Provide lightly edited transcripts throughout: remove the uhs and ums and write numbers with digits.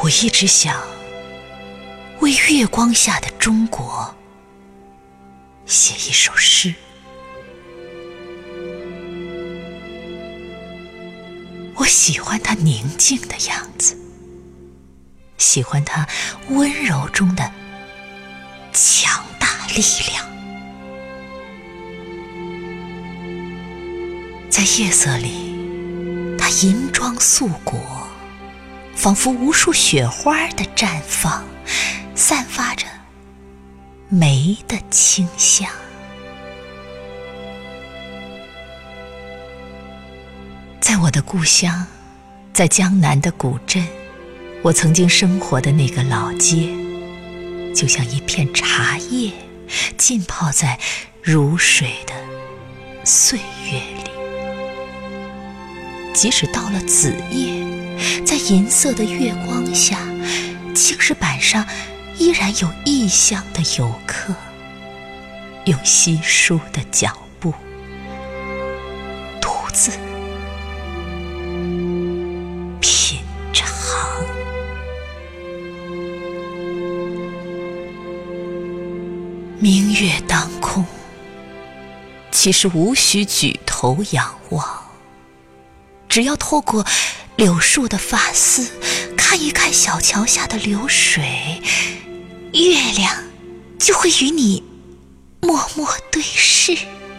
我一直想为月光下的中国写一首诗。我喜欢它宁静的样子，喜欢它温柔中的强大力量。在夜色里，它银装素裹，仿佛无数雪花的绽放，散发着梅的清香。在我的故乡，在江南的古镇，我曾经生活的那个老街，就像一片茶叶，浸泡在如水的岁月里。即使到了子夜，在银色的月光下，青石板上依然有异乡的游客，用稀疏的脚步，独自品尝。明月当空，其实无需举头仰望，只要透过柳树的发丝，看一看小桥下的流水，月亮就会与你默默对视，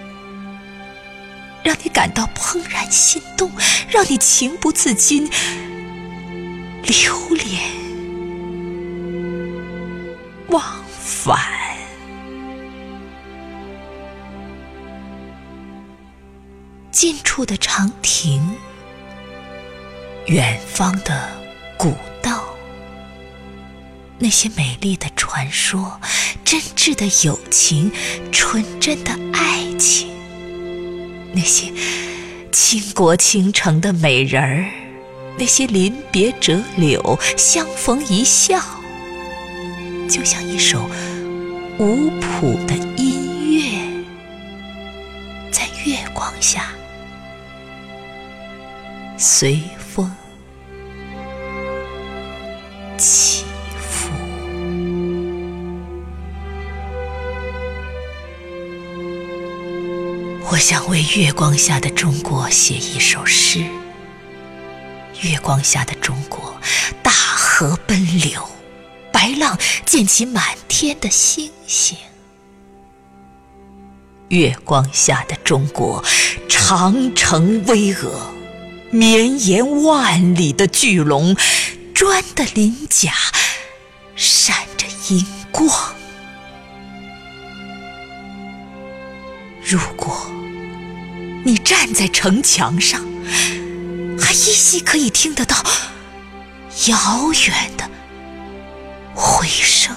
让你感到怦然心动，让你情不自禁流连忘返。近处的长亭，远方的古道，那些美丽的传说，真挚的友情，纯真的爱情，那些倾国倾城的美人儿，那些临别折柳，相逢一笑，就像一首无谱的音乐，在月光下随风起伏。我想为月光下的中国写一首诗。月光下的中国，大河奔流，白浪溅起满天的星星。月光下的中国，长城巍峨，绵延万里的巨龙，砖的鳞甲闪着银光。如果你站在城墙上，还依稀可以听得到遥远的回声，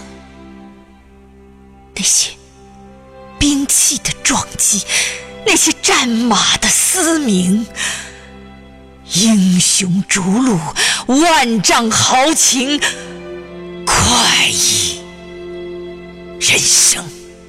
那些兵器的撞击，那些战马的嘶鸣，英雄逐鹿，万丈豪情，快意人生。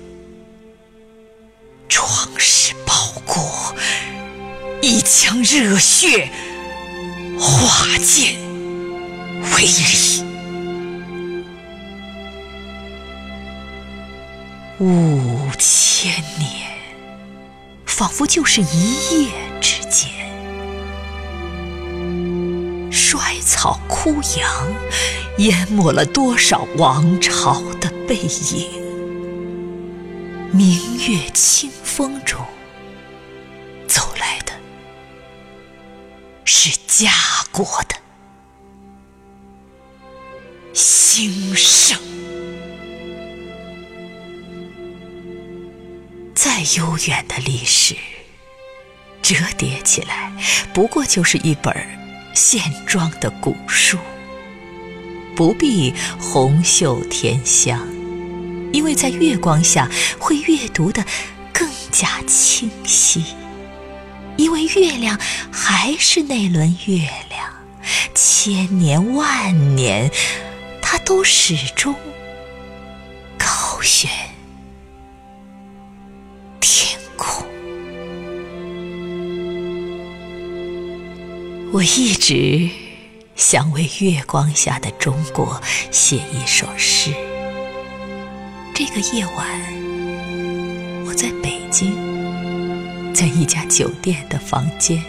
壮士报国，一腔热血化剑为犁。5000年，仿佛就是一夜之间。衰草枯杨，淹没了多少王朝的背影。明月清风中，走来的是家国的兴盛。再悠远的历史，折叠起来，不过就是一本线装的古书，不必红袖添香，因为在月光下会阅读得更加清晰，因为月亮还是那轮月亮，千年万年，它都始终高悬天空。我一直想为月光下的中国写一首诗。这个夜晚，我在北京，在一家酒店的房间，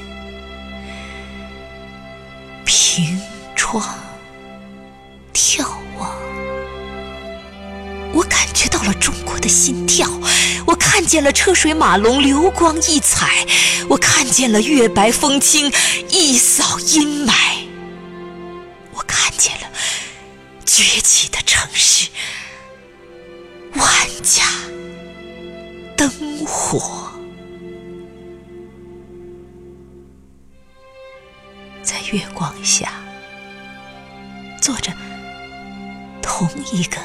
凭窗眺望，我感觉到了中国的心跳，我看见了车水马龙，流光溢彩，我看见了月白风清，一扫阴霾，我看见了崛起的城市，万家灯火。在月光下，做着同一个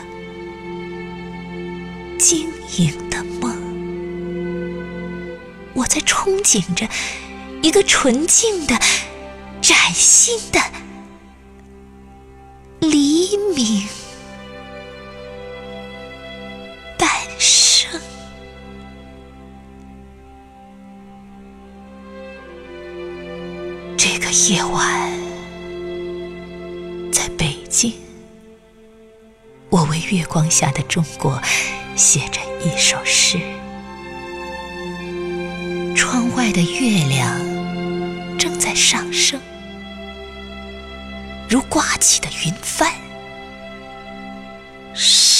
晶莹的梦，我在憧憬着一个纯净的、崭新的黎明诞生。这个夜晚，在北京，我为月光下的中国写着一首诗。窗外的月亮正在上升，如刮起的云帆。